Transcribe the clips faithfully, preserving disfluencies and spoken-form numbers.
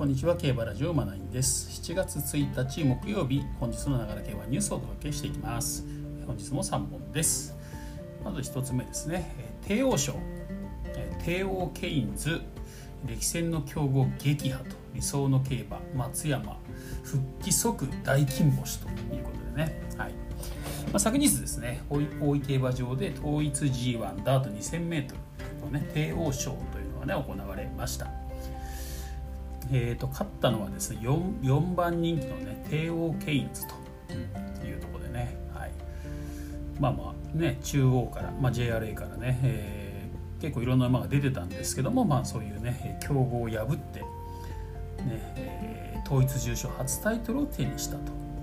こんにちは。競馬ラジオマナインです。しちがつついたち木曜日、本日のながら競馬ニュースをお届けしていきます。本日もさんぼんです。まずひとつめですね、帝王賞、帝王ケインズ歴戦の強豪撃破と理想の競馬松山復帰即大金星ということでね、はい。まあ、昨日ですね、大井競馬場で統一 ジーワン ダート にせんメートルのね帝王賞というのがね行われました。えー、と勝ったのはですね 4, よんばん人気のね帝王ケインズというところでね、はい、まあまあね中央から、まあ、ジェイアールエー からね、えー、結構いろんな馬が出てたんですけども、まあそういうね強豪を破ってね、えー、統一重賞初タイトルを手にしたと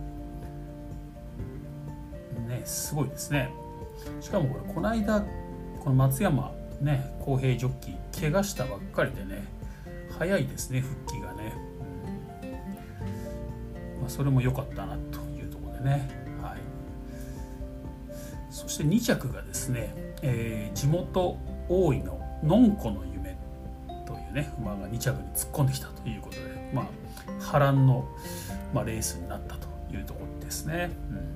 ね、すごいですね。しかもこれこの間この松山ね公平ジョッキー怪我したばっかりでね早いですね復帰がね、うんまあ、それも良かったなというところでね、はい、そしてにちゃくがですね、えー、地元大井ののんこの夢というね馬がにちゃくに突っ込んできたということで、まあ、波乱の、まあ、レースになったというところですね、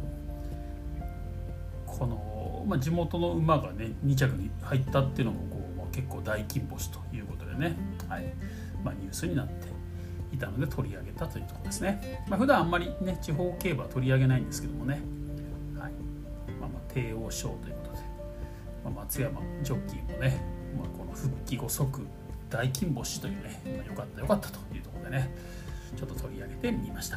うん、この、まあ、地元の馬がねにちゃくに入ったっていうのもこう、まあ、結構大金星ということでね、はいまあ、ニュースになっていたので取り上げたというところですね。まあ、普段あんまりね地方競馬は取り上げないんですけどもね、はいまあ、まあ帝王賞ということで、まあ、松山ジョッキーもね、まあ、この復帰後即大金星というね、まあ、よかったよかったというところでねちょっと取り上げてみました。はい、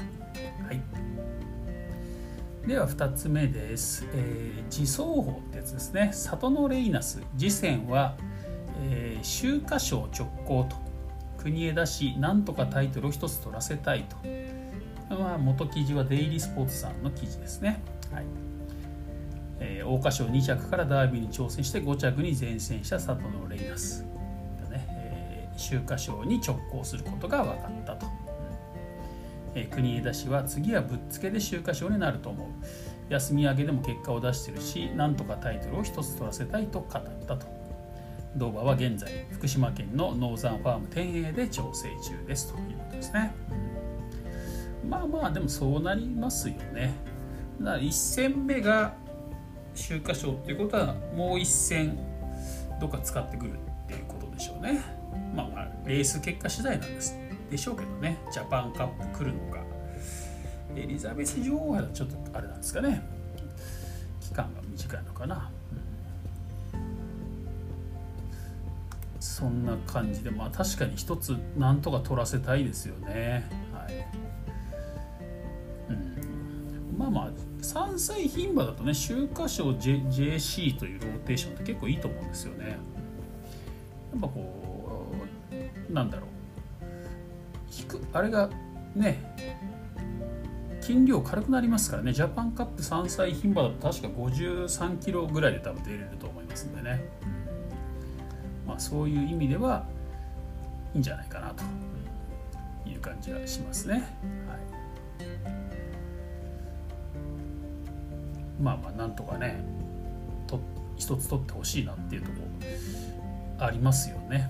ではふたつめです。えー、自走法ってやつですね。里のレイナス次戦は、えー、秋華賞直行と国枝氏なんとかタイトルを一つ取らせたいと、まあ、元記事はデイリースポーツさんの記事ですね。はいえー、桜花賞にちゃくからダービーに挑戦してごちゃくに善戦した里のレイナスがね、えー、秋華賞に直行することが分かったと、えー、国枝氏は次はぶっつけで秋華賞になると思う、休み明けでも結果を出してるしなんとかタイトルを一つ取らせたいと語ったと。同馬は現在福島県のノーザンファーム天栄で調整中ですということですね。まあまあでもそうなりますよね。だからいっ戦目が秋華賞っていうことはもういっ戦どっか使ってくるっていうことでしょうね。まあまあレース結果次第なんですでしょうけどね。ジャパンカップ来るのかエリザベス女王はちょっとあれなんですかね、期間が短いのかな。そんな感じで、まあ確かに一つなんとか取らせたいですよね。はいうん、まあまあさんさい牝馬だとね秋華賞 J、ジェーシー というローテーションって結構いいと思うんですよね。やっぱこうなんだろう引くあれがね斤量軽くなりますからね。ジャパンカップさんさい牝馬だと確かごじゅうさんキロぐらいで多分出れると思いますんでね。まあ、そういう意味ではいいんじゃないかなという感じがしますね。はい、まあまあなんとかねと一つ取ってほしいなっていうところありますよね。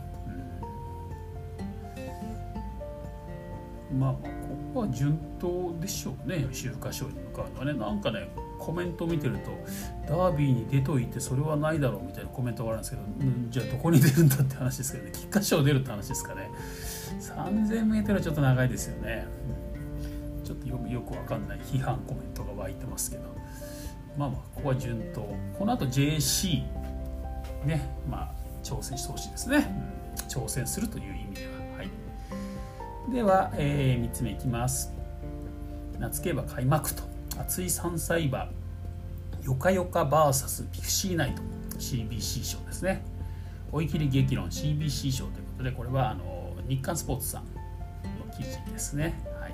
うん、まあまあここは順当でしょうね。秋華賞に向かうのはね。なんかねコメントを見てるとダービーに出といてそれはないだろうみたいなコメントがあるんですけど、んじゃあどこに出るんだって話ですけどね。菊花賞出るって話ですかね。さんぜんメートルはちょっと長いですよね。うん、ちょっとよくよくわかんない批判コメントが湧いてますけど、まあまあここは順当。この後 ジェーシー ねまあ挑戦してほしいですね。うん、挑戦するという意味では、はい、では、えー、みっつめいきます。夏競馬開幕と熱いさんさい馬よかよか ブイエス ピクシーナイト シービーシー 賞ですね。追い切り激論 シービーシー 賞ということで、これはあの日刊スポーツさんの記事ですね。はい、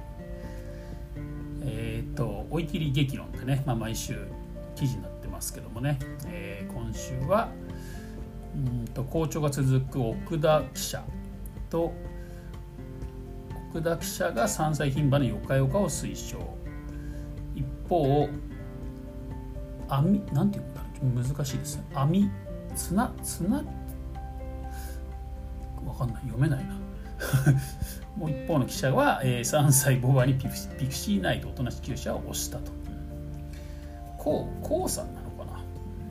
えー、っと追い切り激論でね、まあ、毎週記事になってますけどもね、えー、今週はうんと好調が続く奥田記者と奥田記者がさんさい牝馬のよかよかを推奨。一方網なんていうのかな難しいですね。網綱綱わかんない読めないなもう一方の記者は、えー、さんさい牡馬にピクシピクシーナイト、おとなしきゅう舎を押したと。こう、こうさんなのかな。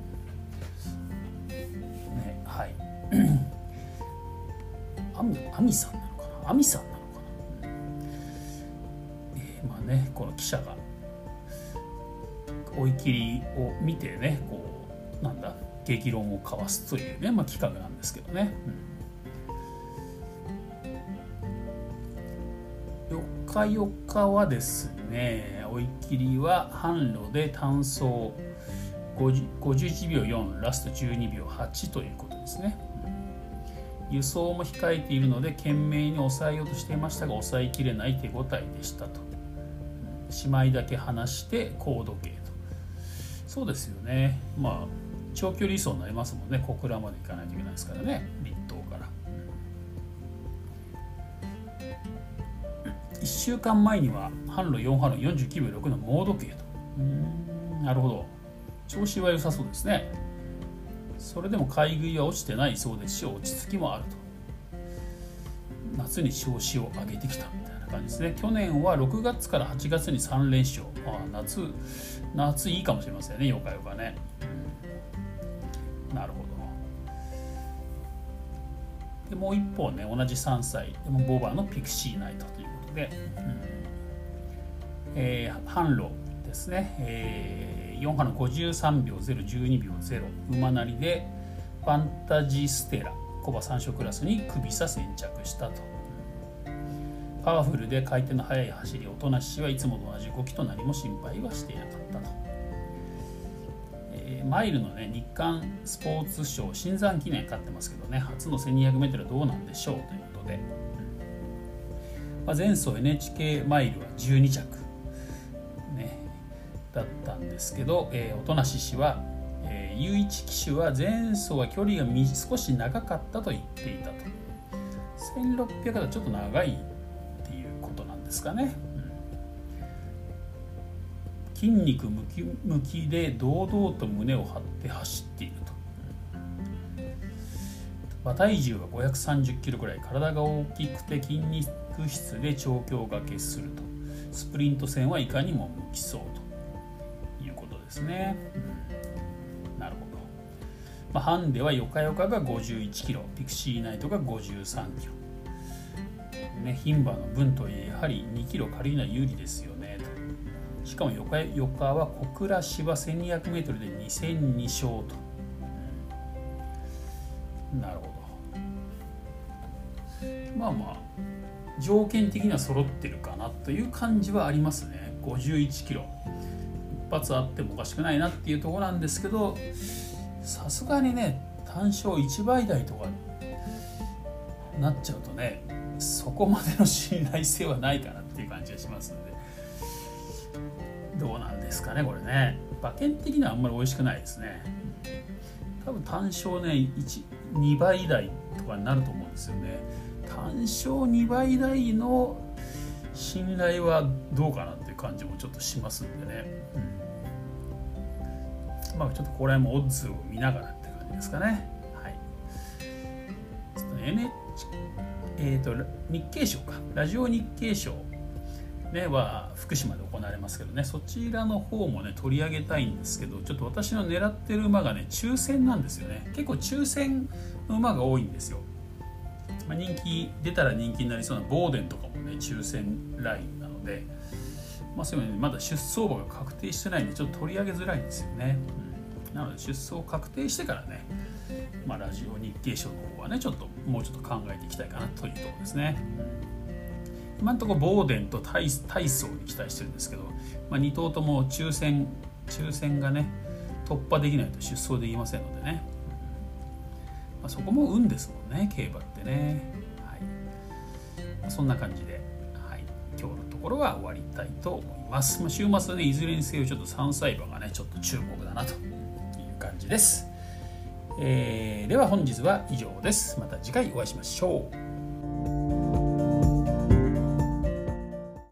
ね、はい。アミ、アミさんなのかな。アミさんなのかな。えー、まあね、この記者が追い切りを見てね、こうなんだ激論を交わすというね、まあ、企画なんですけどね。うん、よっかよっかはですね、追い切りは販路で単走ごじゅういちびょうよん、ラストじゅうにびょうはちということですね。うん、輸送も控えているので懸命に抑えようとしていましたが抑えきれない手応えでしたと。しまいだけ離して高度計と。そうですよね。まあ長距離輸送になりますもんね。小倉まで行かないといけないですからね、立東から。いっしゅうかんまえには販路よんハロンよんじゅうきゅうびょうろくのモード系と。うーん、なるほど。調子は良さそうですね。それでも買い食いは落ちてないそうですし、落ち着きもあると。夏に調子を上げてきたみたいな感じですね。去年はろくがつからはちがつにさんれんしょう。ああ、夏夏いいかもしれませんね、よかよかね。なるほど。でもう一方ね、同じさんさいでもボバのピクシーナイトということで、うんえー、販路ですね、えー、よんハロンごじゅうさんびょうゼロ、じゅうにびょうゼロ、馬なりでファンタジステラコバさん種クラスに首差先着したと。パワフルで回転の速い走り、おとなしはいつもと同じ動きと何も心配はしていなかったと。えー、マイルのね、日韓スポーツ賞新山記念勝ってますけどね、初の せんにひゃくメートルはどうなんでしょうということで、まあ、前走 エヌエイチケー マイルはじゅうにちゃく、ね、だったんですけど、えー、おとなし氏は、えー、ユーイチ騎手は前走は距離が少し長かったと言っていたと。せんろっぴゃくだとちょっと長いっていうことなんですかね。うん、筋肉ムキムキで堂々と胸を張って走っていると。馬体重はごひゃくさんじゅっキロぐらい、体が大きくて筋肉質で調教がけすると。スプリント戦はいかにも向きそうということですね。うん、なるほど。まあ、ハンデはヨカヨカがごじゅういちキロ、ピクシーナイトがごじゅうさんキロ、ね、牝馬の分といえやはりにキロ軽いのは有利ですよねと。しかもヨカヨカは小倉芝 せんにひゃくメートル でにせんにしょうと。うん、なるほど。まあまあ条件的には揃ってるかなという感じはありますね。ごじゅういちキロ一発あってもおかしくないなっていうところなんですけど、さすがにね単勝いちばい台とかなっちゃうとね、そこまでの信頼性はないかなっていう感じがしますので、どうなんですかねこれね。馬券的にはあんまり美味しくないですね。多分単勝ねにばい台とかになると思うんですよね。単勝にばい台の信頼はどうかなっていう感じもちょっとしますんでね。うん、まあちょっとこれもオッズを見ながらって感じですかね。はい。ちょっとね エヌエイチ えーと日経賞か、ラジオ日経賞ねは福島で行われますけどね、そちらの方もね取り上げたいんですけど、ちょっと私の狙ってる馬がね抽選なんですよね。結構抽選の馬が多いんですよ。まあ、人気出たら人気になりそうなボーデンとかもね抽選ラインなので、まあ、そういうのにまだ出走馬が確定してないんでちょっと取り上げづらいんですよね。うん、なので出走確定してからね、まあ、ラジオ日経賞の方はねちょっともうちょっと考えていきたいかなというところですね。うん、今のところボーデンと大層に期待してるんですけど、まあ、に頭とも抽選抽選がね突破できないと出走できませんのでね。まあ、そこも運ですもんね、競馬ってね。はい、まあ、そんな感じで、はい、今日のところは終わりたいと思います。まあ、週末ねいずれにせよちょっとさんさい馬がねちょっと注目だなという感じです。えー、では本日は以上です。また次回お会いしましょう。